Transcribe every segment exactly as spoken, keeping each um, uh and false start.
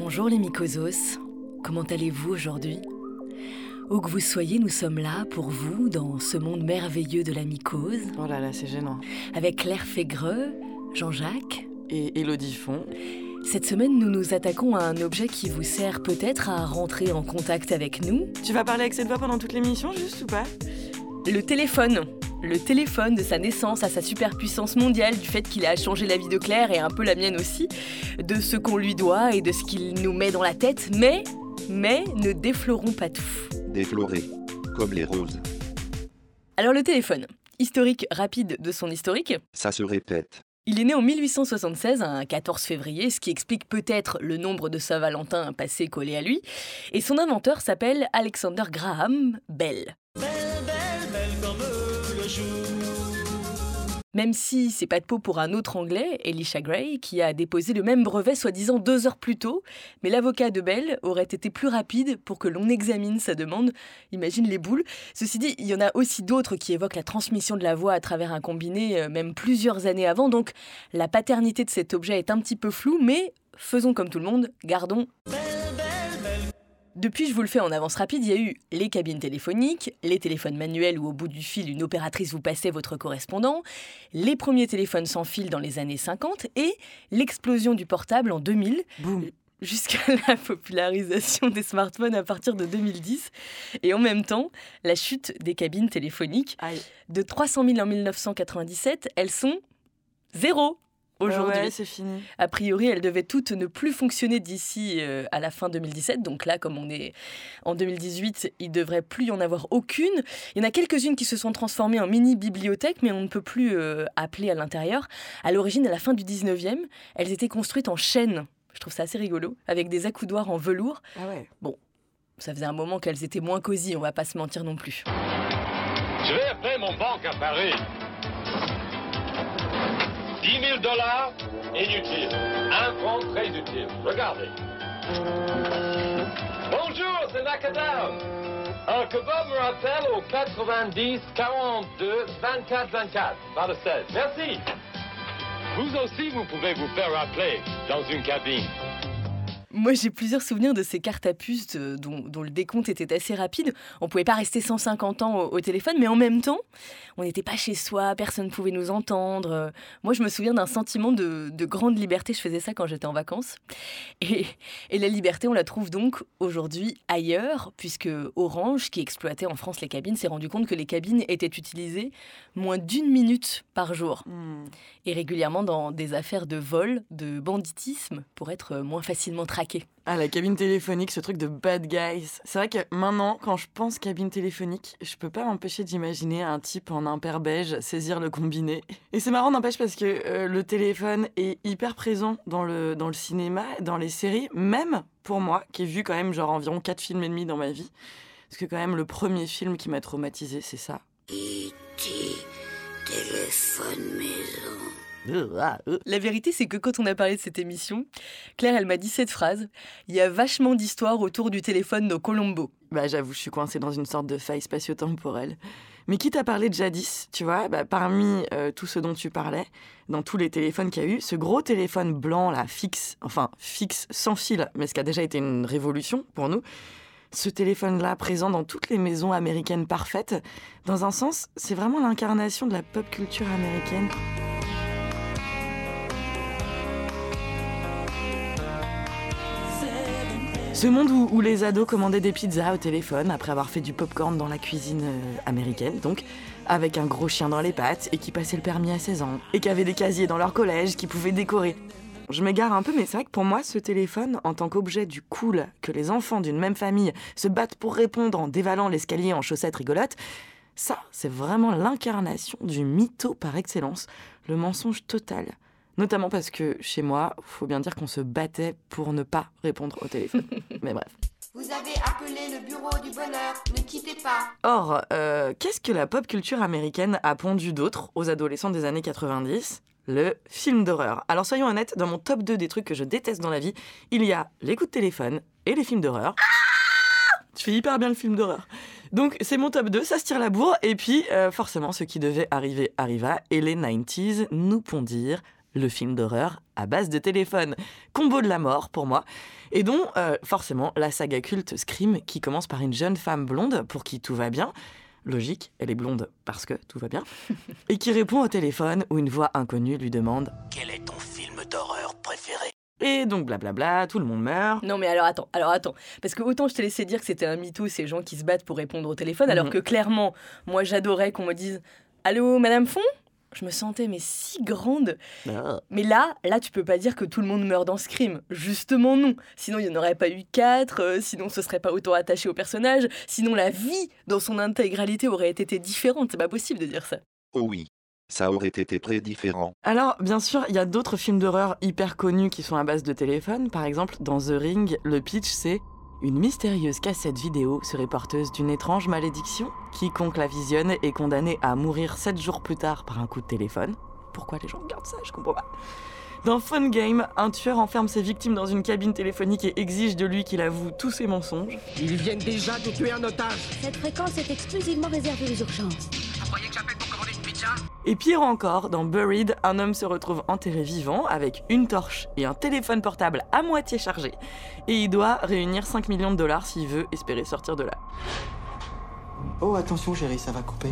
Bonjour les mycosos, comment allez-vous aujourd'hui ? Où que vous soyez, nous sommes là pour vous dans ce monde merveilleux de la mycose. Oh là là, c'est gênant. Avec Claire Fégreux, Jean-Jacques et Élodie Font. Cette semaine, nous nous attaquons à un objet qui vous sert peut-être à rentrer en contact avec nous. Tu vas parler avec cette voix pendant toute l'émission, juste ou pas ? Le téléphone. Le téléphone, de sa naissance à sa superpuissance mondiale, du fait qu'il a changé la vie de Claire et un peu la mienne aussi, de ce qu'on lui doit et de ce qu'il nous met dans la tête, mais, mais ne déflorons pas tout. Déflorer, comme les roses. Alors le téléphone, historique rapide de son historique. Ça se répète. Il est né en mille huit cent soixante-seize, un quatorze février, ce qui explique peut-être le nombre de Saint-Valentin passés collés à lui. Et son inventeur s'appelle Alexander Graham Bell. Belle, belle, belle comme le jour. Même si c'est pas de peau pour un autre Anglais, Elisha Gray, qui a déposé le même brevet soi-disant deux heures plus tôt, mais l'avocat de Bell aurait été plus rapide pour que l'on examine sa demande. Imagine les boules. Ceci dit, il y en a aussi d'autres qui évoquent la transmission de la voix à travers un combiné, même plusieurs années avant, donc la paternité de cet objet est un petit peu floue, mais faisons comme tout le monde, gardons... Depuis, je vous le fais en avance rapide, il y a eu les cabines téléphoniques, les téléphones manuels où au bout du fil, une opératrice vous passait votre correspondant, les premiers téléphones sans fil dans les années cinquante et l'explosion du portable en deux mille, Boum. Jusqu'à la popularisation des smartphones à partir de deux mille dix. Et en même temps, la chute des cabines téléphoniques. Aïe. De trois cent mille en mille neuf cent quatre-vingt-dix-sept, elles sont zéro. Aujourd'hui, ouais, c'est fini. A priori, elles devaient toutes ne plus fonctionner d'ici euh, à la fin deux mille dix-sept. Donc là, comme on est en deux mille dix-huit, il ne devrait plus y en avoir aucune. Il y en a quelques-unes qui se sont transformées en mini-bibliothèques, mais on ne peut plus euh, appeler à l'intérieur. À l'origine, à la fin du dix-neuvième, elles étaient construites en chêne. Je trouve ça assez rigolo, avec des accoudoirs en velours. Ah ouais. Bon, ça faisait un moment qu'elles étaient moins cosy, on va pas se mentir non plus. Je vais appeler mon banque à Paris. dix mille dollars, inutile. Un franc, très utile. Regardez. Bonjour, c'est Macadam. Un kebab me rappelle au quatre-vingt-dix quarante-deux vingt-quatre vingt-quatre. Par le seize. Merci. Vous aussi, vous pouvez vous faire appeler dans une cabine. Moi, j'ai plusieurs souvenirs de ces cartes à puce euh, dont, dont le décompte était assez rapide. On ne pouvait pas rester cent cinquante ans au, au téléphone, mais en même temps, on n'était pas chez soi, personne ne pouvait nous entendre. Euh, moi, je me souviens d'un sentiment de, de grande liberté. Je faisais ça quand j'étais en vacances. Et, et la liberté, on la trouve donc aujourd'hui ailleurs, puisque Orange, qui exploitait en France les cabines, s'est rendu compte que les cabines étaient utilisées moins d'une minute par jour. Mmh. Et régulièrement dans des affaires de vol, de banditisme, pour être moins facilement traqué. Ah, la cabine téléphonique, ce truc de bad guys. C'est vrai que maintenant, quand je pense cabine téléphonique, je peux pas m'empêcher d'imaginer un type en imper beige saisir le combiné. Et c'est marrant, n'empêche, parce que euh, le téléphone est hyper présent dans le, dans le cinéma, dans les séries, même pour moi, qui ai vu quand même genre environ quatre films et demi dans ma vie. Parce que quand même, le premier film qui m'a traumatisé, c'est ça. E T téléphone maison. La vérité, c'est que quand on a parlé de cette émission, Claire, elle m'a dit cette phrase. Il y a vachement d'histoires autour du téléphone dans Colombo. Bah, j'avoue, je suis coincée dans une sorte de faille spatio-temporelle. Mais quitte à parler de jadis, tu vois, bah, parmi euh, tout ce dont tu parlais, dans tous les téléphones qu'il y a eu, ce gros téléphone blanc, là, fixe, enfin, fixe sans fil, mais ce qui a déjà été une révolution pour nous, ce téléphone-là, présent dans toutes les maisons américaines parfaites, dans un sens, c'est vraiment l'incarnation de la pop culture américaine. Ce monde où, où les ados commandaient des pizzas au téléphone après avoir fait du popcorn dans la cuisine euh, américaine, donc avec un gros chien dans les pattes et qui passait le permis à seize ans, et qui avait des casiers dans leur collège qui pouvaient décorer. Je m'égare un peu, mais c'est vrai que pour moi, ce téléphone, en tant qu'objet du cool que les enfants d'une même famille se battent pour répondre en dévalant l'escalier en chaussettes rigolotes, ça, c'est vraiment l'incarnation du mytho par excellence, le mensonge total. Notamment parce que, chez moi, faut bien dire qu'on se battait pour ne pas répondre au téléphone. Mais bref. Vous avez appelé le bureau du bonheur, ne quittez pas. Or, euh, qu'est-ce que la pop culture américaine a pondu d'autre aux adolescents des années quatre-vingt-dix ? Le film d'horreur. Alors soyons honnêtes, dans mon top deux des trucs que je déteste dans la vie, il y a les coups de téléphone et les films d'horreur. Je fais hyper bien le film d'horreur. Donc c'est mon top deux, ça se tire la bourre. Et puis, euh, forcément, ce qui devait arriver arriva. Et les quatre-vingt-dix nous pondirent le film d'horreur à base de téléphone. Combo de la mort pour moi. Et dont, euh, forcément, la saga culte Scream qui commence par une jeune femme blonde pour qui tout va bien. Logique, elle est blonde parce que tout va bien. Et qui répond au téléphone où une voix inconnue lui demande « Quel est ton film d'horreur préféré ?» Et donc blablabla, tout le monde meurt. Non mais alors attends, alors attends. Parce que autant je t'ai laissé dire que c'était un mytho, ces gens qui se battent pour répondre au téléphone, alors Mhm. que clairement, moi j'adorais qu'on me dise « Allô, Madame Font ?» Je me sentais mais si grande. Ah. Mais là, là tu peux pas dire que tout le monde meurt dans Scream. Justement non. Sinon il n'y en aurait pas eu quatre, euh, sinon ce serait pas autant attaché au personnage, sinon la vie dans son intégralité aurait été différente. C'est pas possible de dire ça. Oh oui. Ça aurait été très différent. Alors, bien sûr, il y a d'autres films d'horreur hyper connus qui sont à base de téléphone. Par exemple, dans The Ring, le pitch, c'est une mystérieuse cassette vidéo serait porteuse d'une étrange malédiction. Quiconque la visionne est condamné à mourir sept jours plus tard par un coup de téléphone. Pourquoi les gens regardent ça? Je comprends pas. Dans Phone Game, un tueur enferme ses victimes dans une cabine téléphonique et exige de lui qu'il avoue tous ses mensonges. Ils viennent déjà de tuer un otage. Cette fréquence est exclusivement réservée aux urgences. Et pire encore, dans Buried, un homme se retrouve enterré vivant avec une torche et un téléphone portable à moitié chargé. Et il doit réunir cinq millions de dollars s'il veut espérer sortir de là. Oh, attention, chérie, ça va couper.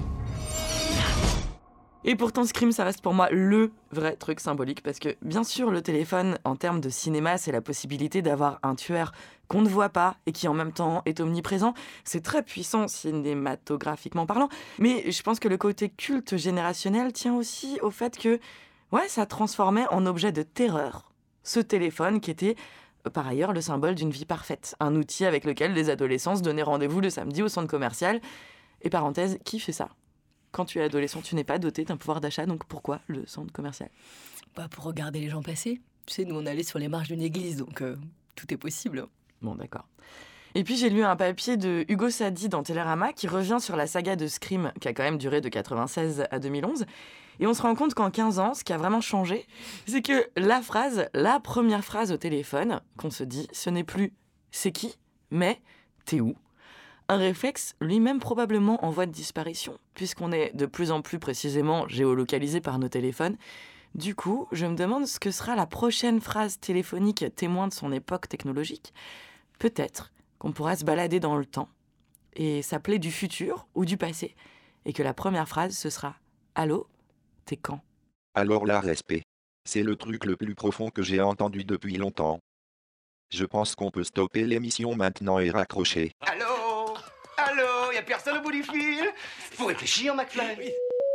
Et pourtant, Scream, ça reste pour moi le vrai truc symbolique parce que, bien sûr, le téléphone, en termes de cinéma, c'est la possibilité d'avoir un tueur qu'on ne voit pas et qui en même temps est omniprésent. C'est très puissant cinématographiquement parlant, mais je pense que le côté culte générationnel tient aussi au fait que, ouais, ça transformait en objet de terreur ce téléphone qui était, euh, par ailleurs, le symbole d'une vie parfaite. Un outil avec lequel les adolescents se donnaient rendez-vous le samedi au centre commercial. Et parenthèse, qui fait ça ? Quand tu es adolescent, tu n'es pas doté d'un pouvoir d'achat, donc pourquoi le centre commercial ? Bah pour regarder les gens passer. Tu sais, nous on allait sur les marches d'une église, donc euh, tout est possible. Bon, d'accord. Et puis j'ai lu un papier de Hugo Sadi dans Télérama qui revient sur la saga de Scream, qui a quand même duré de quatre-vingt-seize à deux mille onze. Et on se rend compte qu'en quinze ans, ce qui a vraiment changé, c'est que la phrase, la première phrase au téléphone qu'on se dit, ce n'est plus « c'est qui ?», mais « t'es où ?» Un réflexe lui-même probablement en voie de disparition, puisqu'on est de plus en plus précisément géolocalisé par nos téléphones. Du coup, je me demande ce que sera la prochaine phrase téléphonique témoin de son époque technologique. Peut-être qu'on pourra se balader dans le temps et s'appeler du futur ou du passé, et que la première phrase, ce sera « Allô, t'es quand ?» Alors là, respect. C'est le truc le plus profond que j'ai entendu depuis longtemps. Je pense qu'on peut stopper l'émission maintenant et raccrocher. Allô? Allô? Y'a personne au bout du fil? Faut réfléchir, McFly.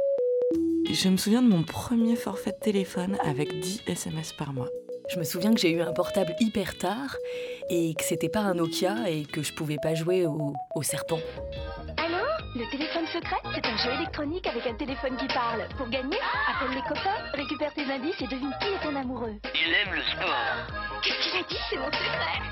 Je me souviens de mon premier forfait de téléphone avec dix S M S par mois. Je me souviens que j'ai eu un portable hyper tard et que c'était pas un Nokia et que je pouvais pas jouer au, au serpent. Allô? Le téléphone secret, c'est un jeu électronique avec un téléphone qui parle. Pour gagner, appelle les copains, récupère tes indices et devine qui est ton amoureux. Il aime le sport. Qu'est-ce qu'il a dit? C'est mon secret.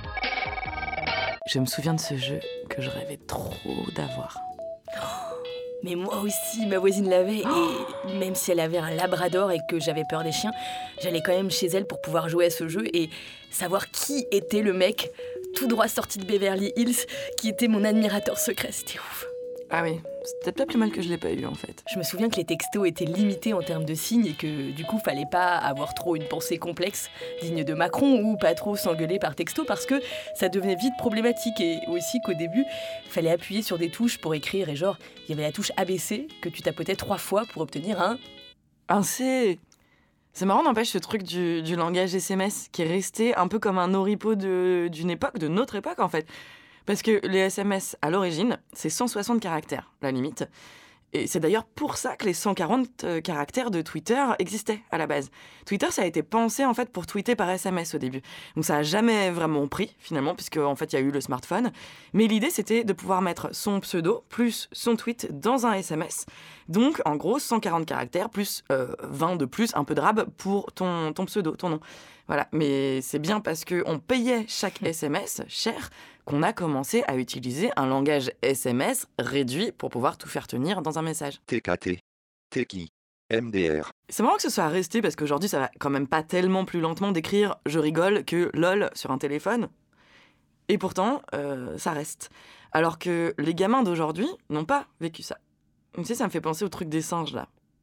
Je me souviens de ce jeu que je rêvais trop d'avoir. Mais moi aussi, ma voisine l'avait, et même si elle avait un labrador et que j'avais peur des chiens, j'allais quand même chez elle pour pouvoir jouer à ce jeu et savoir qui était le mec tout droit sorti de Beverly Hills qui était mon admirateur secret. C'était ouf. Ah oui, c'est peut-être pas plus mal que je l'ai pas eu en fait. Je me souviens que les textos étaient limités en termes de signes et que du coup, fallait pas avoir trop une pensée complexe digne de Macron ou pas trop s'engueuler par texto parce que ça devenait vite problématique et aussi qu'au début, fallait appuyer sur des touches pour écrire et genre, il y avait la touche A B C que tu tapotais trois fois pour obtenir un... Un C. C'est marrant, n'empêche, ce truc du, du langage S M S qui est resté un peu comme un oripeau de, d'une époque, de notre époque en fait. Parce que les S M S, à l'origine, c'est cent soixante caractères, la limite. Et c'est d'ailleurs pour ça que les cent quarante euh, caractères de Twitter existaient à la base. Twitter, ça a été pensé en fait pour tweeter par S M S au début. Donc ça n'a jamais vraiment pris finalement, puisque en fait il y a eu le smartphone. Mais l'idée c'était de pouvoir mettre son pseudo plus son tweet dans un S M S. Donc en gros cent quarante caractères plus euh, vingt de plus, un peu de rab pour ton, ton pseudo, ton nom. Voilà, mais c'est bien parce qu'on payait chaque S M S cher qu'on a commencé à utiliser un langage S M S réduit pour pouvoir tout faire tenir dans un message. T K T. T qui. M D R. C'est marrant que ce soit resté parce qu'aujourd'hui, ça va quand même pas tellement plus lentement d'écrire « je rigole » que « lol » sur un téléphone. Et pourtant, euh, ça reste. Alors que les gamins d'aujourd'hui n'ont pas vécu ça. Tu sais, ça me fait penser au truc des singes, là.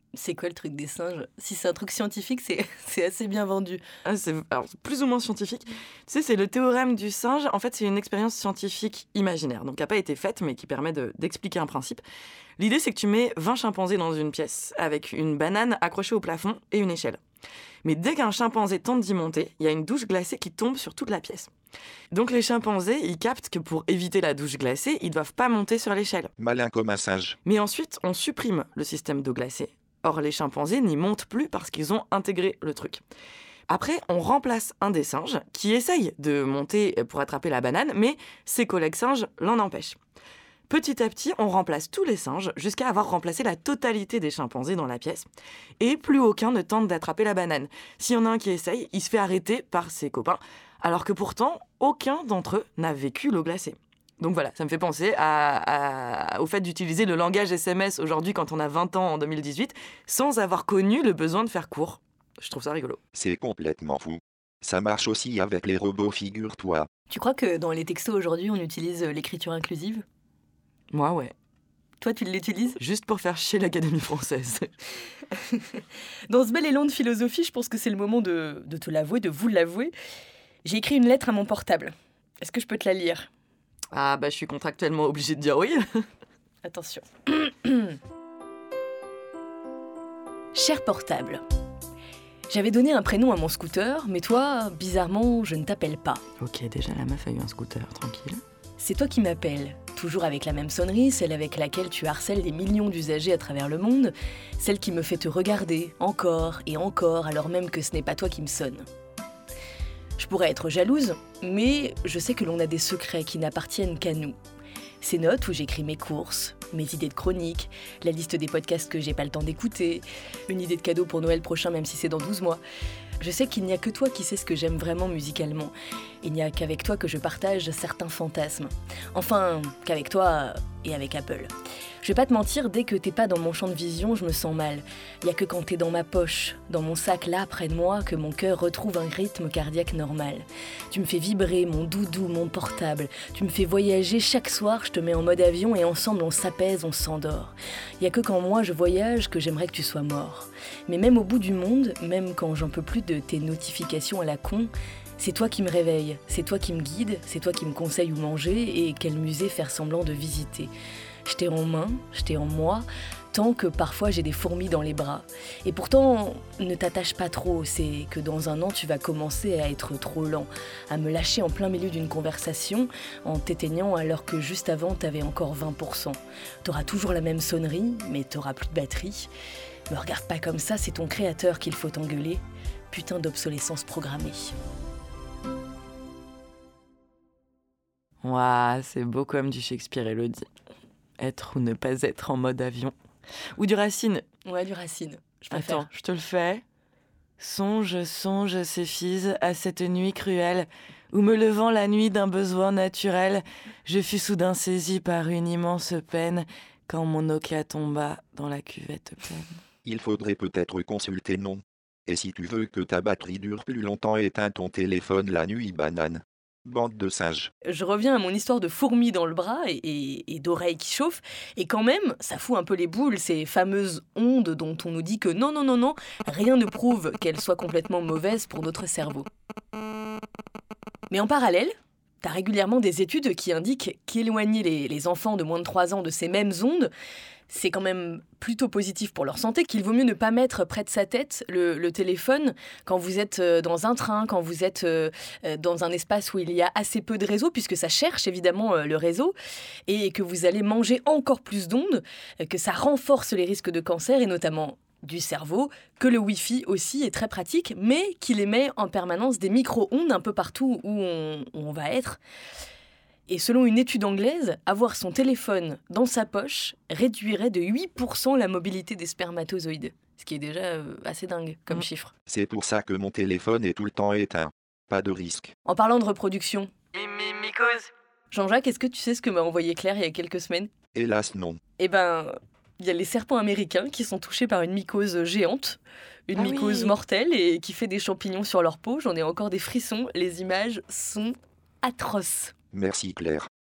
C'est quoi le truc des singes ? Si c'est un truc scientifique, c'est, c'est assez bien vendu. Ah, c'est alors, plus ou moins scientifique. Tu sais, c'est le théorème du singe. En fait, c'est une expérience scientifique imaginaire, donc qui n'a pas été faite, mais qui permet de, d'expliquer un principe. L'idée, c'est que tu mets vingt chimpanzés dans une pièce, avec une banane accrochée au plafond et une échelle. Mais dès qu'un chimpanzé tente d'y monter, il y a une douche glacée qui tombe sur toute la pièce. Donc les chimpanzés, ils captent que pour éviter la douche glacée, ils ne doivent pas monter sur l'échelle. Malin comme un singe. Mais ensuite, on supprime le système d'eau glacée. Or, les chimpanzés n'y montent plus parce qu'ils ont intégré le truc. Après, on remplace un des singes qui essaye de monter pour attraper la banane, mais ses collègues singes l'en empêchent. Petit à petit, on remplace tous les singes jusqu'à avoir remplacé la totalité des chimpanzés dans la pièce. Et plus aucun ne tente d'attraper la banane. S'il y en a un qui essaye, il se fait arrêter par ses copains, alors que pourtant, aucun d'entre eux n'a vécu l'eau glacée. Donc voilà, ça me fait penser à, à, au fait d'utiliser le langage S M S aujourd'hui quand on a vingt ans en deux mille dix-huit, sans avoir connu le besoin de faire court. Je trouve ça rigolo. C'est complètement fou. Ça marche aussi avec les robots, figure-toi. Tu crois que dans les textos aujourd'hui, on utilise l'écriture inclusive ? Moi, ouais. Toi, tu l'utilises ? Juste pour faire chier l'Académie française. Dans ce bel élan de philosophie, je pense que c'est le moment de, de te l'avouer, de vous l'avouer. J'ai écrit une lettre à mon portable. Est-ce que je peux te la lire ? Ah bah je suis contractuellement obligée de dire oui. Attention. Cher portable, j'avais donné un prénom à mon scooter, mais toi, bizarrement, je ne t'appelle pas. Ok, déjà la meuf a eu un scooter, tranquille. C'est toi qui m'appelles, toujours avec la même sonnerie, celle avec laquelle tu harcèles des millions d'usagers à travers le monde, celle qui me fait te regarder encore et encore alors même que ce n'est pas toi qui me sonne. Je pourrais être jalouse, mais je sais que l'on a des secrets qui n'appartiennent qu'à nous. Ces notes où j'écris mes courses, mes idées de chroniques, la liste des podcasts que j'ai pas le temps d'écouter, une idée de cadeau pour Noël prochain même si c'est dans douze mois. Je sais qu'il n'y a que toi qui sais ce que j'aime vraiment musicalement. Il n'y a qu'avec toi que je partage certains fantasmes. Enfin, qu'avec toi et avec Apple. Je vais pas te mentir, dès que t'es pas dans mon champ de vision, je me sens mal. Il y a que quand t'es dans ma poche, dans mon sac là près de moi, que mon cœur retrouve un rythme cardiaque normal. Tu me fais vibrer, mon doudou, mon portable. Tu me fais voyager chaque soir, je te mets en mode avion et ensemble on s'apaise, on s'endort. Il y a que quand moi je voyage que j'aimerais que tu sois mort. Mais même au bout du monde, même quand j'en peux plus de tes notifications à la con, c'est toi qui me réveille, c'est toi qui me guide, c'est toi qui me conseille où manger et quel musée faire semblant de visiter. Je t'ai en main, je t'ai en moi, tant que parfois j'ai des fourmis dans les bras. Et pourtant, ne t'attache pas trop, c'est que dans un an tu vas commencer à être trop lent, à me lâcher en plein milieu d'une conversation, en t'éteignant alors que juste avant t'avais encore vingt pour cent. T'auras toujours la même sonnerie, mais t'auras plus de batterie. Me regarde pas comme ça, c'est ton créateur qu'il faut engueuler. Putain d'obsolescence programmée. Ouah, c'est beau comme du Shakespeare, Elodie. Être ou ne pas être en mode avion. Ou du Racine. Ouais, du Racine. Je préfère. Attends, je te le fais. Songe, songe, Céphise, à cette nuit cruelle, où me levant la nuit d'un besoin naturel, je fus soudain saisi par une immense peine, quand mon Nokia tomba dans la cuvette pleine. Il faudrait peut-être consulter non. Et si tu veux que ta batterie dure plus longtemps, éteins ton téléphone la nuit, banane. Bande de singes. Je reviens à mon histoire de fourmis dans le bras et, et, et d'oreilles qui chauffent. Et quand même, ça fout un peu les boules, ces fameuses ondes dont on nous dit que non, non, non, non, rien ne prouve qu'elles soient complètement mauvaises pour notre cerveau. Mais en parallèle, t'as régulièrement des études qui indiquent qu'éloigner les, les enfants de moins de trois ans de ces mêmes ondes, c'est quand même plutôt positif pour leur santé, qu'il vaut mieux ne pas mettre près de sa tête le, le téléphone quand vous êtes dans un train, quand vous êtes dans un espace où il y a assez peu de réseau, puisque ça cherche évidemment le réseau, et que vous allez manger encore plus d'ondes, que ça renforce les risques de cancer, et notamment du cerveau, que le Wi-Fi aussi est très pratique, mais qu'il émet en permanence des micro-ondes un peu partout où on, où on va être. Et selon une étude anglaise, avoir son téléphone dans sa poche réduirait de huit pour cent la mobilité des spermatozoïdes. Ce qui est déjà euh, assez dingue comme mmh. chiffre. C'est pour ça que mon téléphone est tout le temps éteint. Pas de risque. En parlant de reproduction, Mycose. Jean-Jacques, est-ce que tu sais ce que m'a envoyé Claire il y a quelques semaines ? Hélas non. Eh ben, il y a les serpents américains qui sont touchés par une mycose géante. Une ah mycose oui. mortelle et qui fait des champignons sur leur peau. J'en ai encore des frissons. Les images sont atroces. Merci Claire.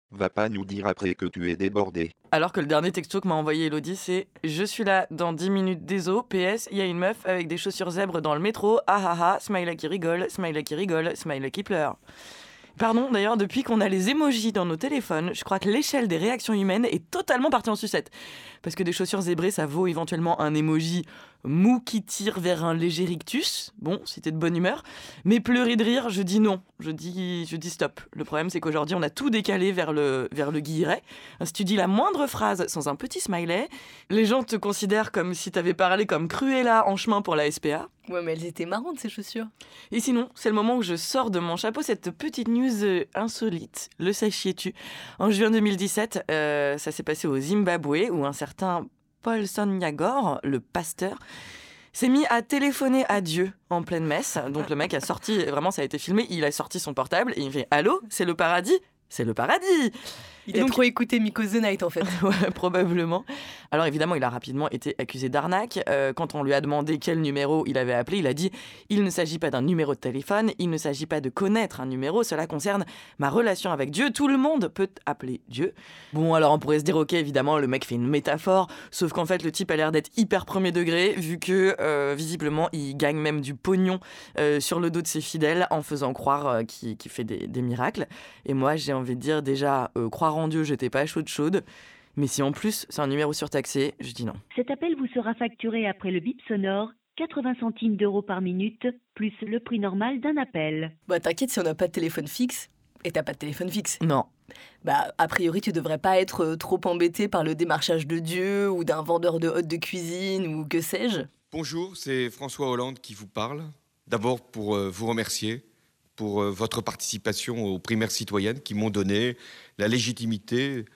Va pas nous dire après que tu es débordé. Alors que le dernier texto que m'a envoyé Elodie, c'est « Je suis là dans dix minutes déso, P S, il y a une meuf avec des chaussures zèbres dans le métro, ah ah ah, smiley qui rigole, smiley qui rigole, smiley qui pleure. » Pardon, d'ailleurs, depuis qu'on a les emojis dans nos téléphones, je crois que l'échelle des réactions humaines est totalement partie en sucette. Parce que des chaussures zébrées, ça vaut éventuellement un emoji mou qui tire vers un léger rictus. Bon, si t'es de bonne humeur. Mais pleurer de rire, je dis non. Je dis, je dis stop. Le problème, c'est qu'aujourd'hui, on a tout décalé vers le, vers le guilleret. Si tu dis la moindre phrase sans un petit smiley, les gens te considèrent comme si t'avais parlé comme Cruella en chemin pour la S P A. Ouais, mais elles étaient marrantes, ces chaussures. Et sinon, c'est le moment où je sors de mon chapeau cette petite news euh, insolite. Le sachiez-tu ? En juin deux mille dix-sept, euh, ça s'est passé au Zimbabwe, où un certain Paul Sanyagor, le pasteur, s'est mis à téléphoner à Dieu en pleine messe. Donc le mec a sorti, vraiment ça a été filmé, il a sorti son portable et il fait « Allô, c'est le paradis ? C'est le paradis !» Il a donc... trop écouté Miko's The Night, en fait. Ouais, probablement. Alors évidemment, il a rapidement été accusé d'arnaque. Euh, quand on lui a demandé quel numéro il avait appelé, il a dit « Il ne s'agit pas d'un numéro de téléphone, il ne s'agit pas de connaître un numéro, cela concerne ma relation avec Dieu. Tout le monde peut appeler Dieu. » Bon, alors on pourrait se dire « Ok, évidemment, le mec fait une métaphore. » Sauf qu'en fait, le type a l'air d'être hyper premier degré, vu que, euh, visiblement, il gagne même du pognon euh, sur le dos de ses fidèles en faisant croire euh, qu'il, qu'il fait des, des miracles. Et moi, j'ai envie de dire déjà, euh, croire en Dieu, j'étais pas chaude chaude. Mais si en plus c'est un numéro surtaxé, je dis non. Cet appel vous sera facturé après le bip sonore, quatre-vingts centimes d'euros par minute, plus le prix normal d'un appel. Bah t'inquiète si on n'a pas de téléphone fixe. Et t'as pas de téléphone fixe. Non. Bah a priori tu devrais pas être trop embêté par le démarchage de Dieu ou d'un vendeur de hôtes de cuisine ou que sais-je. Bonjour, c'est François Hollande qui vous parle. D'abord pour euh, vous remercier pour euh, votre participation aux primaires citoyennes qui m'ont donné la légitimité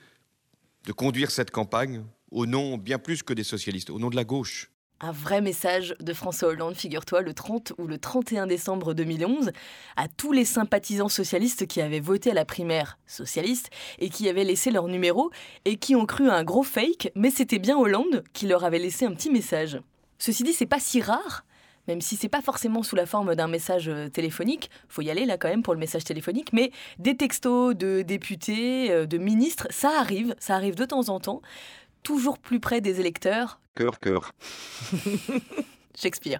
de conduire cette campagne au nom bien plus que des socialistes, au nom de la gauche. Un vrai message de François Hollande, figure-toi, le trente ou le trente et un décembre deux mille onze, à tous les sympathisants socialistes qui avaient voté à la primaire socialiste et qui avaient laissé leur numéro et qui ont cru à un gros fake, mais c'était bien Hollande qui leur avait laissé un petit message. Ceci dit, c'est pas si rare. Même si c'est pas forcément sous la forme d'un message téléphonique, faut y aller là quand même pour le message téléphonique, mais des textos de députés, de ministres, ça arrive, ça arrive de temps en temps, toujours plus près des électeurs. Cœur, cœur. Shakespeare.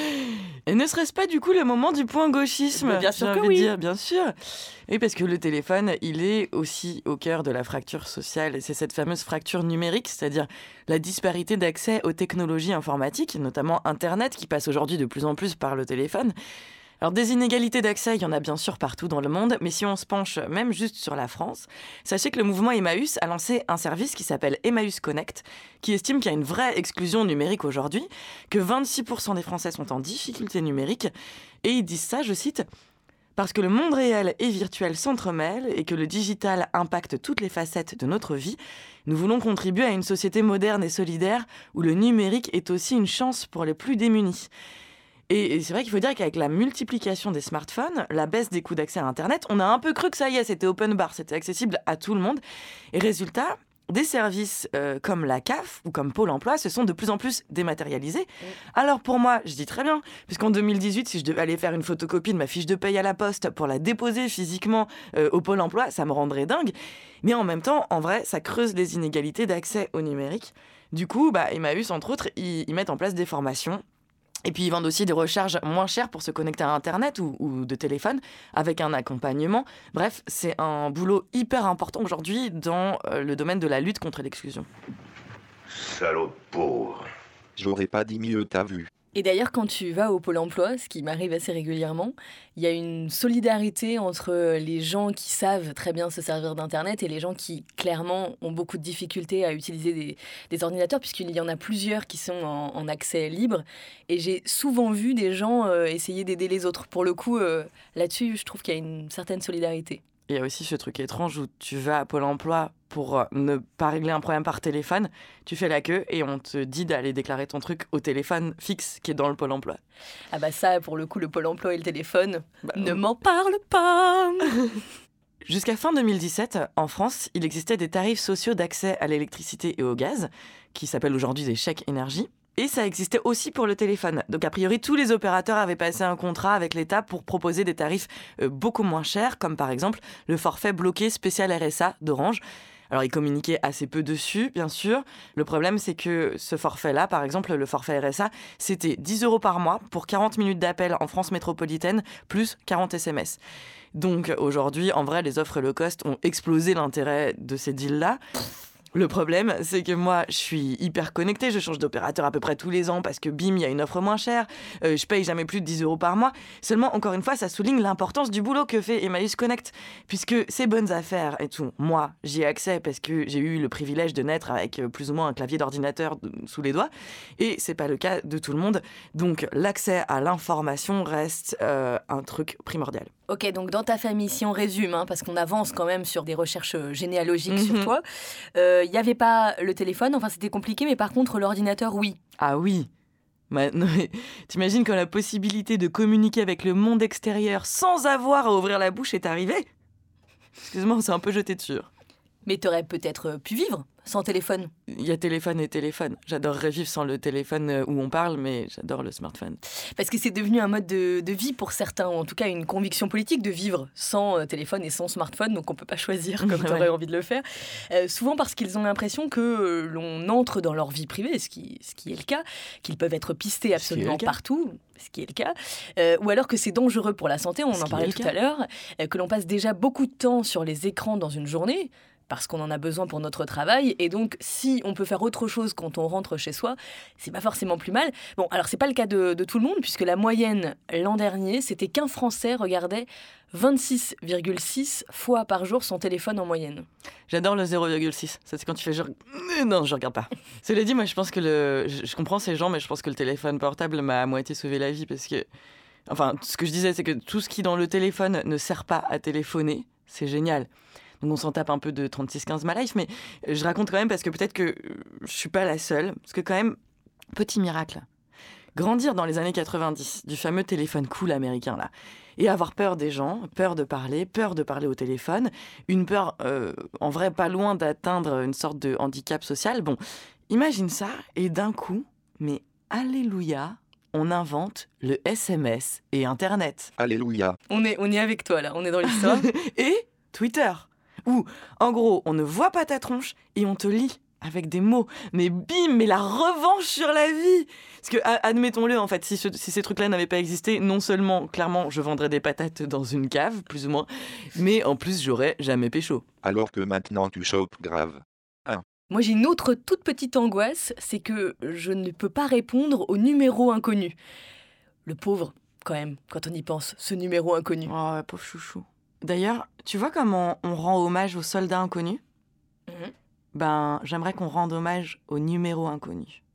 Et ne serait-ce pas du coup le moment du point gauchisme ? Mais bien sûr j'ai que envie oui. de dire, bien sûr. Oui, parce que le téléphone, il est aussi au cœur de la fracture sociale. Et c'est cette fameuse fracture numérique, c'est-à-dire la disparité d'accès aux technologies informatiques, notamment Internet, qui passe aujourd'hui de plus en plus par le téléphone. Alors des inégalités d'accès, il y en a bien sûr partout dans le monde, mais si on se penche même juste sur la France, sachez que le mouvement Emmaüs a lancé un service qui s'appelle Emmaüs Connect, qui estime qu'il y a une vraie exclusion numérique aujourd'hui, que vingt-six pour cent des Français sont en difficulté numérique, et ils disent ça, je cite, « Parce que le monde réel et virtuel s'entremêlent et que le digital impacte toutes les facettes de notre vie, nous voulons contribuer à une société moderne et solidaire où le numérique est aussi une chance pour les plus démunis. » Et c'est vrai qu'il faut dire qu'avec la multiplication des smartphones, la baisse des coûts d'accès à Internet, on a un peu cru que ça y est, c'était open bar, c'était accessible à tout le monde. Et résultat, des services euh, comme la C A F ou comme Pôle emploi se sont de plus en plus dématérialisés. Alors pour moi, je dis très bien, puisqu'en deux mille dix-huit, si je devais aller faire une photocopie de ma fiche de paye à la poste pour la déposer physiquement euh, au Pôle emploi, ça me rendrait dingue. Mais en même temps, en vrai, ça creuse les inégalités d'accès au numérique. Du coup, bah, Emmaüs, entre autres, ils, ils mettent en place des formations. Et puis ils vendent aussi des recharges moins chères pour se connecter à Internet ou, ou de téléphone avec un accompagnement. Bref, c'est un boulot hyper important aujourd'hui dans euh, le domaine de la lutte contre l'exclusion. Salaud de pauvre. J'aurais pas dit mieux, t'as vu. Et d'ailleurs, quand tu vas au Pôle emploi, ce qui m'arrive assez régulièrement, il y a une solidarité entre les gens qui savent très bien se servir d'Internet et les gens qui, clairement, ont beaucoup de difficultés à utiliser des, des ordinateurs, puisqu'il y en a plusieurs qui sont en, en accès libre. Et j'ai souvent vu des gens euh, essayer d'aider les autres. Pour le coup, euh, là-dessus, je trouve qu'il y a une certaine solidarité. Il y a aussi ce truc étrange où tu vas à Pôle emploi pour ne pas régler un problème par téléphone, tu fais la queue et on te dit d'aller déclarer ton truc au téléphone fixe qui est dans le Pôle emploi. Ah bah ça, pour le coup, le Pôle emploi et le téléphone, bah, ne m'en parle pas. Jusqu'à fin deux mille dix-sept, en France, il existait des tarifs sociaux d'accès à l'électricité et au gaz, qui s'appellent aujourd'hui des chèques énergie. Et ça existait aussi pour le téléphone. Donc a priori, tous les opérateurs avaient passé un contrat avec l'État pour proposer des tarifs euh, beaucoup moins chers, comme par exemple le forfait bloqué spécial R S A d'Orange. Alors, ils communiquaient assez peu dessus, bien sûr. Le problème, c'est que ce forfait-là, par exemple, le forfait R S A, c'était dix euros par mois pour quarante minutes d'appel en France métropolitaine, plus quarante S M S. Donc, aujourd'hui, en vrai, les offres low cost ont explosé l'intérêt de ces deals-là. Le problème, c'est que moi, je suis hyper connectée, je change d'opérateur à peu près tous les ans parce que bim, il y a une offre moins chère, euh, je paye jamais plus de dix euros par mois. Seulement, encore une fois, ça souligne l'importance du boulot que fait Emmaüs Connect, puisque ces bonnes affaires et tout, moi, j'y ai accès parce que j'ai eu le privilège de naître avec plus ou moins un clavier d'ordinateur sous les doigts, et c'est pas le cas de tout le monde. Donc, l'accès à l'information reste euh, un truc primordial. Ok, donc dans ta famille, si on résume, hein, parce qu'on avance quand même sur des recherches généalogiques mm-hmm. sur toi, il euh, n'y avait pas le téléphone, enfin c'était compliqué, mais par contre l'ordinateur, oui. Ah oui. Bah, non, mais, t'imagines quand la possibilité de communiquer avec le monde extérieur sans avoir à ouvrir la bouche est arrivée ? Excuse-moi, on s'est un peu jeté dessus. Mais t'aurais peut-être pu vivre sans téléphone. Il y a téléphone et téléphone. J'adorerais vivre sans le téléphone où on parle, mais j'adore le smartphone. Parce que c'est devenu un mode de, de vie pour certains, ou en tout cas une conviction politique de vivre sans téléphone et sans smartphone, donc on ne peut pas choisir comme tu aurais ouais. envie de le faire. Euh, souvent parce qu'ils ont l'impression que euh, l'on entre dans leur vie privée, ce qui, ce qui est le cas, qu'ils peuvent être pistés absolument partout, ce qui est le cas, euh, ou alors que c'est dangereux pour la santé, on ce en parlait tout à l'heure, euh, que l'on passe déjà beaucoup de temps sur les écrans dans une journée, parce qu'on en a besoin pour notre travail, et donc si on peut faire autre chose quand on rentre chez soi, c'est pas forcément plus mal. Bon, alors c'est pas le cas de, de tout le monde, puisque la moyenne l'an dernier, c'était qu'un Français regardait vingt-six virgule six fois par jour son téléphone en moyenne. J'adore le zéro virgule six, ça c'est quand tu fais genre non, je regarde pas. Cela dit, moi je pense que le... je, je comprends ces gens, mais je pense que le téléphone portable m'a à moitié sauvé la vie, parce que, enfin, ce que je disais, c'est que tout ce qui dans le téléphone ne sert pas à téléphoner, c'est génial. Donc on s'en tape un peu de trente-six quinze ma life, mais je raconte quand même parce que peut-être que je suis pas la seule. Parce que quand même, petit miracle, grandir dans les années quatre-vingt-dix, du fameux téléphone cool américain là, et avoir peur des gens, peur de parler, peur de parler au téléphone, une peur euh, en vrai pas loin d'atteindre une sorte de handicap social. Bon, imagine ça, et d'un coup, mais alléluia, on invente le S M S et Internet. Alléluia. On est, on est avec toi là, on est dans l'histoire. Et Twitter. Où, en gros, on ne voit pas ta tronche et on te lit avec des mots. Mais bim, mais la revanche sur la vie. Parce que, admettons-le, en fait, si, ce, si ces trucs-là n'avaient pas existé, non seulement, clairement, je vendrais des patates dans une cave, plus ou moins, mais en plus, j'aurais jamais pécho. Alors que maintenant, tu chopes grave. Hein. Moi, j'ai une autre toute petite angoisse, c'est que je ne peux pas répondre au numéro inconnu. Le pauvre, quand même, quand on y pense, ce numéro inconnu. Oh, pauvre chouchou. D'ailleurs, tu vois comment on rend hommage aux soldats inconnus ? mmh. Ben, j'aimerais qu'on rende hommage au numéro inconnu.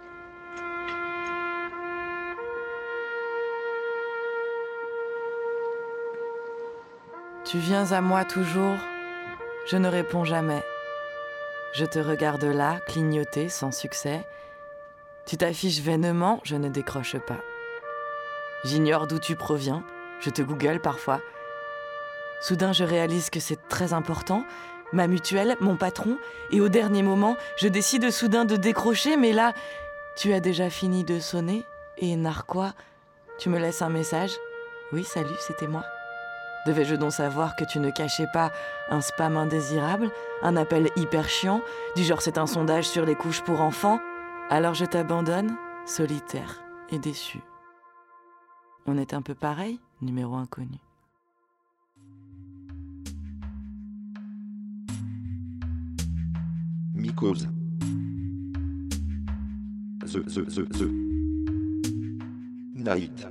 Tu viens à moi toujours, je ne réponds jamais. Je te regarde là, clignoter sans succès. Tu t'affiches vainement, je ne décroche pas. J'ignore d'où tu proviens, je te google parfois. Soudain, je réalise que c'est très important, ma mutuelle, mon patron, et au dernier moment, je décide soudain de décrocher, mais là, tu as déjà fini de sonner, et narquois, tu me laisses un message. Oui, salut, c'était moi. Devais-je donc savoir que tu ne cachais pas un spam indésirable, un appel hyper chiant, du genre c'est un sondage sur les couches pour enfants? Alors je t'abandonne, solitaire et déçu. On est un peu pareil, numéro inconnu. Mycose. The, the, the, the. Night.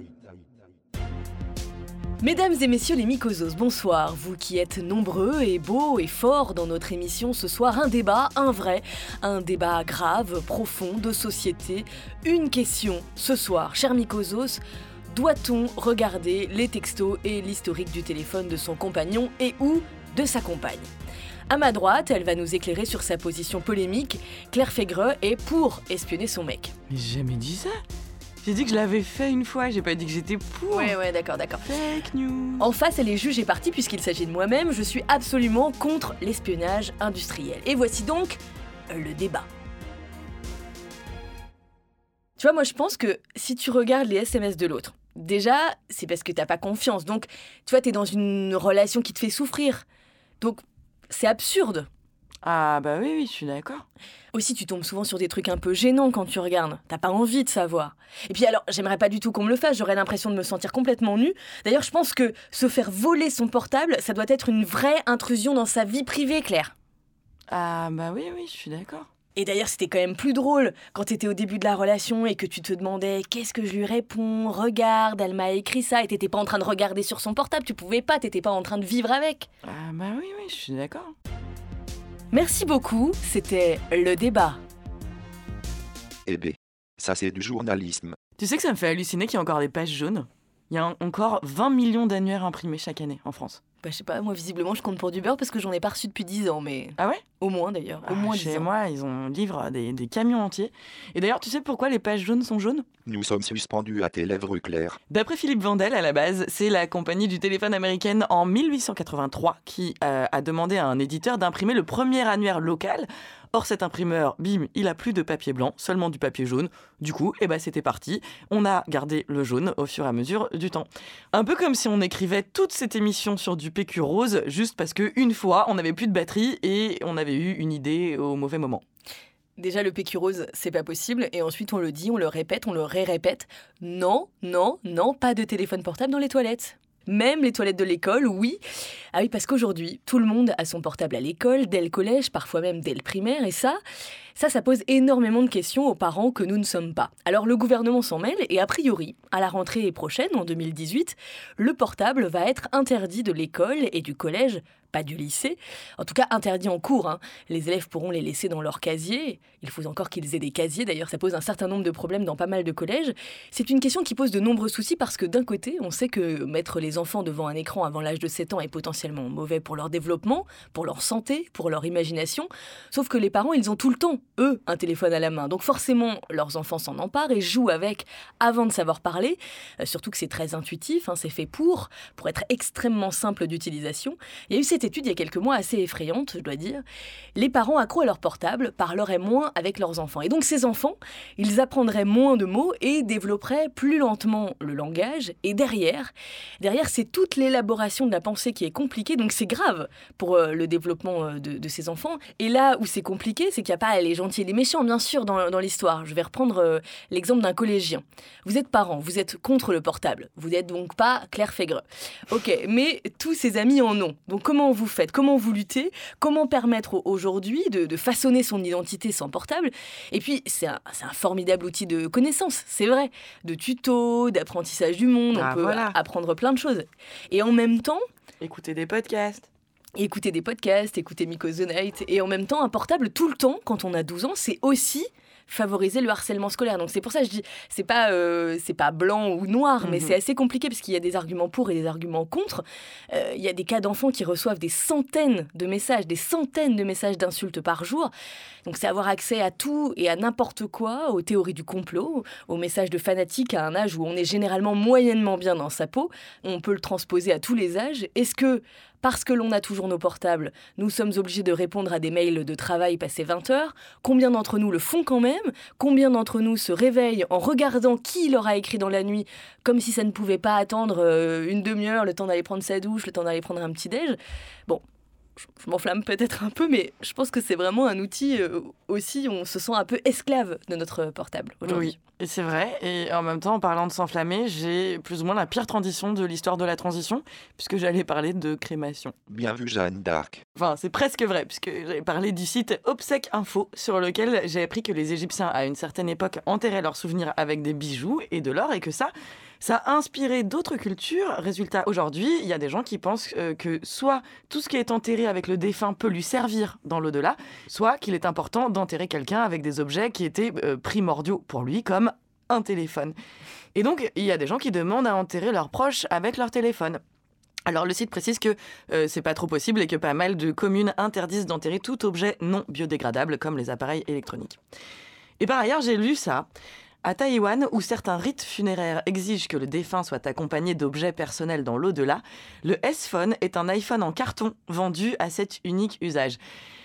Mesdames et messieurs les mycosos, bonsoir. Vous qui êtes nombreux et beaux et forts dans notre émission ce soir, un débat, un vrai, un débat grave, profond, de société. Une question ce soir, chers mycosos, doit-on regarder les textos et l'historique du téléphone de son compagnon et ou de sa compagne ? À ma droite, elle va nous éclairer sur sa position polémique. Claire Fégreux est pour espionner son mec. Mais j'ai jamais dit ça. J'ai dit que je l'avais fait une fois, j'ai pas dit que j'étais pour. Ouais, ouais, d'accord, d'accord. Fake news. En face, elle est juge et partie puisqu'il s'agit de moi-même. Je suis absolument contre l'espionnage industriel. Et voici donc le débat. Tu vois, moi je pense que si tu regardes les S M S de l'autre, déjà, c'est parce que t'as pas confiance. Donc, tu vois, t'es dans une relation qui te fait souffrir. Donc, c'est absurde. Ah bah oui, oui, je suis d'accord. Aussi, tu tombes souvent sur des trucs un peu gênants quand tu regardes. T'as pas envie de savoir. Et puis alors, j'aimerais pas du tout qu'on me le fasse, j'aurais l'impression de me sentir complètement nue. D'ailleurs, je pense que se faire voler son portable, ça doit être une vraie intrusion dans sa vie privée, Claire. Ah bah oui, oui, je suis d'accord. Et d'ailleurs, c'était quand même plus drôle quand t'étais au début de la relation et que tu te demandais « Qu'est-ce que je lui réponds ? Regarde, elle m'a écrit ça » et t'étais pas en train de regarder sur son portable, tu pouvais pas, t'étais pas en train de vivre avec. Ah bah oui, oui, je suis d'accord. Merci beaucoup, c'était Le Débat. Eh ben, ça c'est du journalisme. Tu sais que ça me fait halluciner qu'il y a encore des pages jaunes. Il y a encore vingt millions d'annuaires imprimés chaque année en France. Bah je sais pas, moi visiblement je compte pour du beurre parce que j'en ai pas reçu depuis dix ans, mais... Ah ouais ? Au moins d'ailleurs, au ah, moins chez dix ans. moi, ils ont livrent des, des camions entiers. Et d'ailleurs, tu sais pourquoi les pages jaunes sont jaunes ? Nous sommes suspendus à tes lèvres, Claire. D'après Philippe Vandel, à la base, c'est la compagnie du téléphone américaine en dix-huit cent quatre-vingt-trois qui euh, a demandé à un éditeur d'imprimer le premier annuaire local. Or, cet imprimeur, bim, il a plus de papier blanc, seulement du papier jaune. Du coup, eh ben, c'était parti. On a gardé le jaune au fur et à mesure du temps. Un peu comme si on écrivait toute cette émission sur du P Q rose, juste parce qu'une fois, on n'avait plus de batterie et on avait eu une idée au mauvais moment. Déjà, le P Q rose, c'est pas possible. Et ensuite, on le dit, on le répète, on le ré-répète. Non, non, non, pas de téléphone portable dans les toilettes. Même les toilettes de l'école, oui. Ah oui, parce qu'aujourd'hui, tout le monde a son portable à l'école, dès le collège, parfois même dès le primaire. Et ça, ça, ça pose énormément de questions aux parents que nous ne sommes pas. Alors le gouvernement s'en mêle et a priori, à la rentrée prochaine, en deux mille dix-huit, le portable va être interdit de l'école et du collège, pas du lycée. En tout cas, interdit en cours. Hein. Les élèves pourront les laisser dans leur casier. Il faut encore qu'ils aient des casiers. D'ailleurs, ça pose un certain nombre de problèmes dans pas mal de collèges. C'est une question qui pose de nombreux soucis parce que d'un côté, on sait que mettre les enfants devant un écran avant l'âge de sept ans est potentiellement mauvais pour leur développement, pour leur santé, pour leur imagination. Sauf que les parents, ils ont tout le temps, eux, un téléphone à la main. Donc forcément, leurs enfants s'en emparent et jouent avec avant de savoir parler. Euh, surtout que c'est très intuitif, hein, c'est fait pour, pour être extrêmement simple d'utilisation. Il y a eu cette étude il y a quelques mois assez effrayante, je dois dire. Les parents accros à leur portable parleraient moins avec leurs enfants. Et donc ces enfants, ils apprendraient moins de mots et développeraient plus lentement le langage. Et derrière, derrière c'est toute l'élaboration de la pensée qui est compliquée. Donc c'est grave pour euh, le développement euh, de, de ces enfants. Et là où c'est compliqué, c'est qu'il n'y a pas les gentils et les méchants, bien sûr, dans, dans l'histoire. Je vais reprendre euh, l'exemple d'un collégien. Vous êtes parents, vous êtes contre le portable. Vous n'êtes donc pas Claire Fégreux. Ok, mais tous ses amis en ont. Donc comment vous faites ? Comment vous luttez ? Comment permettre aujourd'hui de, de façonner son identité sans portable ? Et puis, c'est un, c'est un formidable outil de connaissance, c'est vrai. De tutos, d'apprentissage du monde, ah, on peut voilà. apprendre plein de choses. Et en même temps... Écouter des podcasts. Écouter des podcasts, écouter Miko The Night. Et en même temps, un portable tout le temps, quand on a douze ans, c'est aussi... favoriser le harcèlement scolaire. Donc c'est pour ça que je dis, c'est pas, euh, c'est pas blanc ou noir, mm-hmm. mais c'est assez compliqué parce qu'il y a des arguments pour et des arguments contre. Euh, il y a des cas d'enfants qui reçoivent des centaines de messages, des centaines de messages d'insultes par jour. Donc c'est avoir accès à tout et à n'importe quoi, aux théories du complot, aux messages de fanatiques à un âge où on est généralement moyennement bien dans sa peau. On peut le transposer à tous les âges. Est-ce que parce que l'on a toujours nos portables, nous sommes obligés de répondre à des mails de travail passés vingt heures. Combien d'entre nous le font quand même ? Combien d'entre nous se réveillent en regardant qui leur a écrit dans la nuit, comme si ça ne pouvait pas attendre une demi-heure, le temps d'aller prendre sa douche, le temps d'aller prendre un petit-déj ? Bon, je m'enflamme peut-être un peu, mais je pense que c'est vraiment un outil euh, aussi, on se sent un peu esclave de notre portable aujourd'hui. Oui, et c'est vrai. Et en même temps, en parlant de s'enflammer, j'ai plus ou moins la pire transition de l'histoire de la transition, puisque j'allais parler de crémation. Bien vu, Jeanne d'Arc. Enfin, c'est presque vrai, puisque j'allais parler du site Obsèques Info, sur lequel j'ai appris que les Égyptiens, à une certaine époque, enterraient leurs souvenirs avec des bijoux et de l'or, et que ça... ça a inspiré d'autres cultures. Résultat, aujourd'hui, il y a des gens qui pensent euh, que soit tout ce qui est enterré avec le défunt peut lui servir dans l'au-delà, soit qu'il est important d'enterrer quelqu'un avec des objets qui étaient euh, primordiaux pour lui, comme un téléphone. Et donc, il y a des gens qui demandent à enterrer leurs proches avec leur téléphone. Alors, le site précise que euh, c'est pas trop possible et que pas mal de communes interdisent d'enterrer tout objet non biodégradable, comme les appareils électroniques. Et par ailleurs, j'ai lu ça. À Taïwan, où certains rites funéraires exigent que le défunt soit accompagné d'objets personnels dans l'au-delà, le S-Phone est un iPhone en carton vendu à cet unique usage.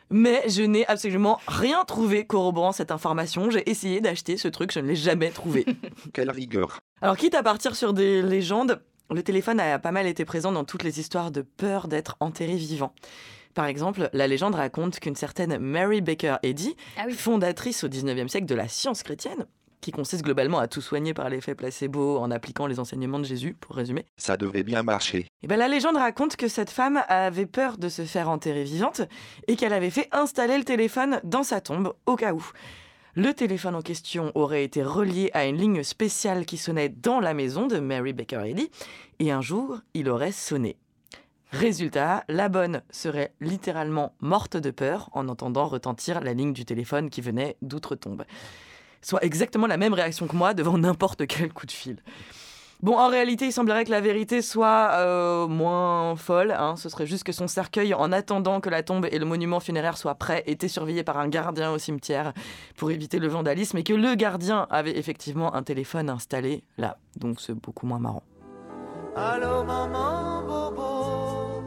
Mais je n'ai absolument rien trouvé corroborant cette information. J'ai essayé d'acheter ce truc, je ne l'ai jamais trouvé. Quelle rigueur. Alors, quitte à partir sur des légendes, le téléphone a pas mal été présent dans toutes les histoires de peur d'être enterré vivant. Par exemple, la légende raconte qu'une certaine Mary Baker Eddy, ah oui. fondatrice au dix-neuvième siècle de la science chrétienne, qui consiste globalement à tout soigner par l'effet placebo en appliquant les enseignements de Jésus, pour résumer. Ça devait bien marcher. Et ben, la légende raconte que cette femme avait peur de se faire enterrer vivante et qu'elle avait fait installer le téléphone dans sa tombe au cas où. Le téléphone en question aurait été relié à une ligne spéciale qui sonnait dans la maison de Mary Baker Eddy et un jour, il aurait sonné. Résultat, la bonne serait littéralement morte de peur en entendant retentir la ligne du téléphone qui venait d'outre-tombe. Soit exactement la même réaction que moi devant n'importe quel coup de fil. Bon, en réalité, il semblerait que la vérité soit euh, moins folle. Hein. Ce serait juste que son cercueil, en attendant que la tombe et le monument funéraire soient prêts, était surveillé par un gardien au cimetière pour éviter le vandalisme et que le gardien avait effectivement un téléphone installé là. Donc c'est beaucoup moins marrant. Allô maman bobo,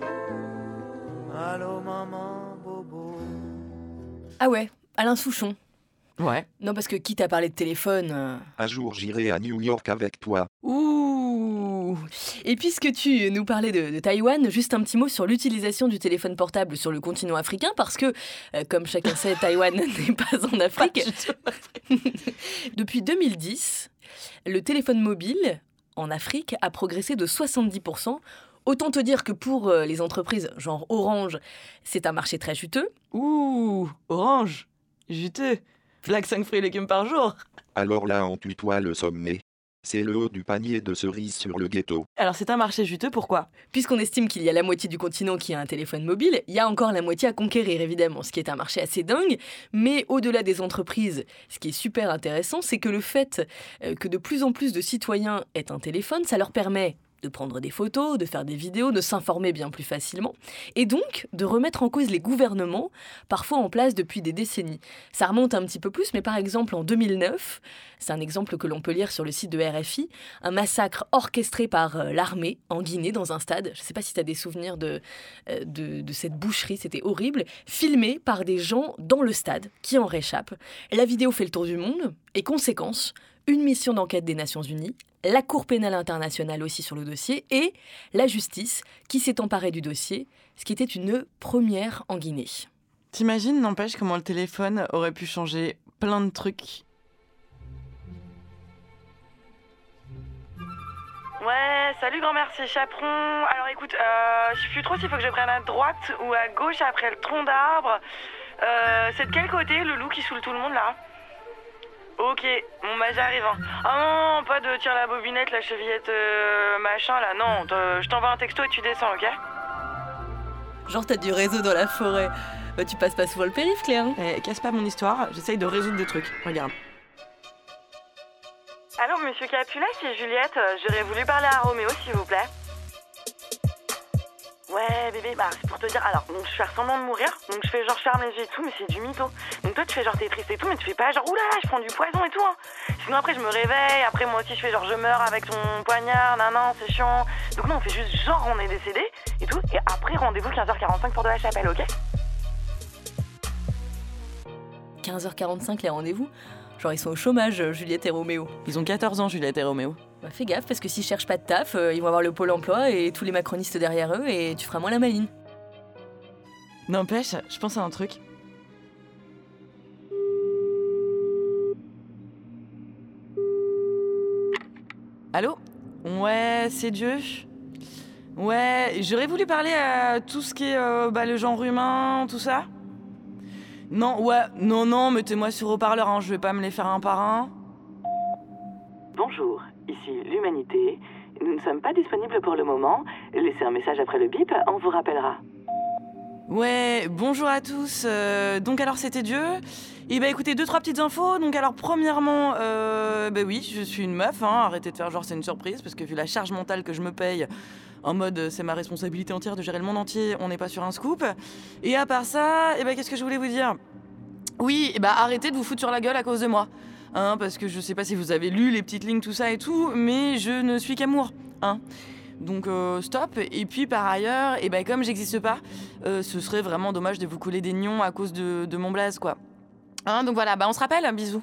allô maman bobo. Ah ouais, Alain Souchon. Ouais. Non, parce que quitte à parler de téléphone... Euh... Un jour, j'irai à New York avec toi. Ouh. Et puisque tu nous parlais de, de Taïwan, juste un petit mot sur l'utilisation du téléphone portable sur le continent africain, parce que, euh, comme chacun sait, Taïwan n'est pas en Afrique. Pas Depuis deux mille dix, le téléphone mobile en Afrique a progressé de soixante-dix pour cent. Autant te dire que pour euh, les entreprises genre Orange, c'est un marché très juteux. Ouh, Orange, juteux. Flag cinq fruits et légumes par jour. Alors là, on tutoie le sommet. C'est le haut du panier de cerises sur le ghetto. Alors c'est un marché juteux, pourquoi ? Puisqu'on estime qu'il y a la moitié du continent qui a un téléphone mobile, il y a encore la moitié à conquérir évidemment, ce qui est un marché assez dingue. Mais au-delà des entreprises, ce qui est super intéressant, c'est que le fait que de plus en plus de citoyens aient un téléphone, ça leur permet de prendre des photos, de faire des vidéos, de s'informer bien plus facilement, et donc de remettre en cause les gouvernements, parfois en place depuis des décennies. Ça remonte un petit peu plus, mais par exemple en deux mille neuf, c'est un exemple que l'on peut lire sur le site de R F I, un massacre orchestré par l'armée en Guinée dans un stade, je ne sais pas si tu as des souvenirs de, de, de cette boucherie, c'était horrible, filmé par des gens dans le stade qui en réchappent. La vidéo fait le tour du monde, et conséquence, une mission d'enquête des Nations Unies, la Cour pénale internationale aussi sur le dossier, et la justice qui s'est emparée du dossier, ce qui était une première en Guinée. T'imagines, n'empêche, comment le téléphone aurait pu changer plein de trucs. Ouais, salut grand-mère, c'est Chaperon. Alors écoute, euh, je sais plus trop s'il faut que je prenne à droite ou à gauche après le tronc d'arbre. Euh, c'est de quel côté, le loup qui saoule tout le monde là ? Ok, bon bah j'arrive. Hein. Ah non, pas de tire la bobinette, la chevillette euh, machin là, non, je t'envoie un texto et tu descends, ok ? Genre t'as du réseau dans la forêt. Bah tu passes pas souvent le périph', Claire. Hein. Eh, casse pas mon histoire, j'essaye de résoudre des trucs, regarde. Allô, monsieur Capula, c'est Juliette, j'aurais voulu parler à Roméo s'il vous plaît. Ouais bébé, bah c'est pour te dire, alors donc je fais semblant de mourir, donc je fais genre je ferme les yeux et tout, mais c'est du mytho. Donc toi tu fais genre t'es triste et tout, mais tu fais pas genre oula je prends du poison et tout hein. Sinon après je me réveille, après moi aussi je fais genre je meurs avec ton poignard, nan nan c'est chiant. Donc non on fait juste genre on est décédé et tout, et après rendez-vous quinze heures quarante-cinq pour de la chapelle, ok ? quinze heures quarante-cinq les rendez-vous ? Genre ils sont au chômage, Juliette et Roméo. Ils ont quatorze ans, Juliette et Roméo. Bah fais gaffe, parce que s'ils cherchent pas de taf, euh, ils vont avoir le pôle emploi et tous les macronistes derrière eux et tu feras moins la maline. N'empêche, je pense à un truc. Allô ? Ouais, c'est Dieu. Ouais, j'aurais voulu parler à tout ce qui est euh, bah, le genre humain, tout ça. Non, ouais, non, non, mettez-moi sur haut-parleur, hein, je vais pas me les faire un par un. Bonjour, ici l'Humanité. Nous ne sommes pas disponibles pour le moment. Laissez un message après le bip, on vous rappellera. Ouais, bonjour à tous. Euh, donc alors c'était Dieu. Et bah écoutez, deux, trois petites infos. Donc alors premièrement, euh, bah oui, je suis une meuf, hein, arrêtez de faire genre c'est une surprise, parce que vu la charge mentale que je me paye, en mode c'est ma responsabilité entière de gérer le monde entier, on n'est pas sur un scoop. Et à part ça, et bah qu'est-ce que je voulais vous dire ? Oui, et bah arrêtez de vous foutre sur la gueule à cause de moi. Hein, parce que je sais pas si vous avez lu les petites lignes, tout ça et tout, mais je ne suis qu'amour. Hein. Donc euh, stop. Et puis par ailleurs, et ben, comme j'existe pas, euh, ce serait vraiment dommage de vous couler des nions à cause de, de mon blaze, quoi. Hein, donc voilà, bah on se rappelle, bisous.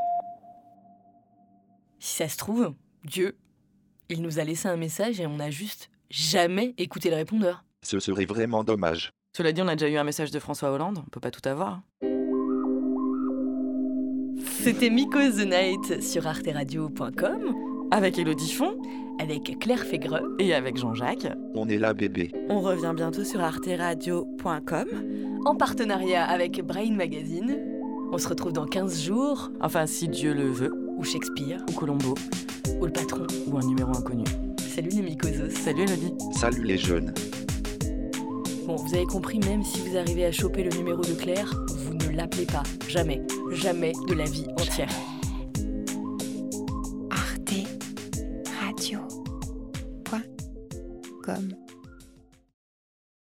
Si ça se trouve, Dieu, il nous a laissé un message et on n'a juste jamais écouté le répondeur. Ce serait vraiment dommage. Cela dit, on a déjà eu un message de François Hollande, on peut pas tout avoir. C'était Miko's the Night sur arte radio point com. Avec Élodie Font. Avec Claire Fégreux. Et avec Jean-Jacques. On est là, bébé. On revient bientôt sur arte radio point com. En partenariat avec Brain Magazine. On se retrouve dans quinze jours. Enfin, si Dieu le veut. Ou Shakespeare. Ou Colombo. Ou le patron. Ou un numéro inconnu. Salut les mycosos. Salut Élodie. Salut les jeunes. Bon, vous avez compris, même si vous arrivez à choper le numéro de Claire, vous ne l'appelez pas. Jamais. Jamais de la vie entière. arte radio point com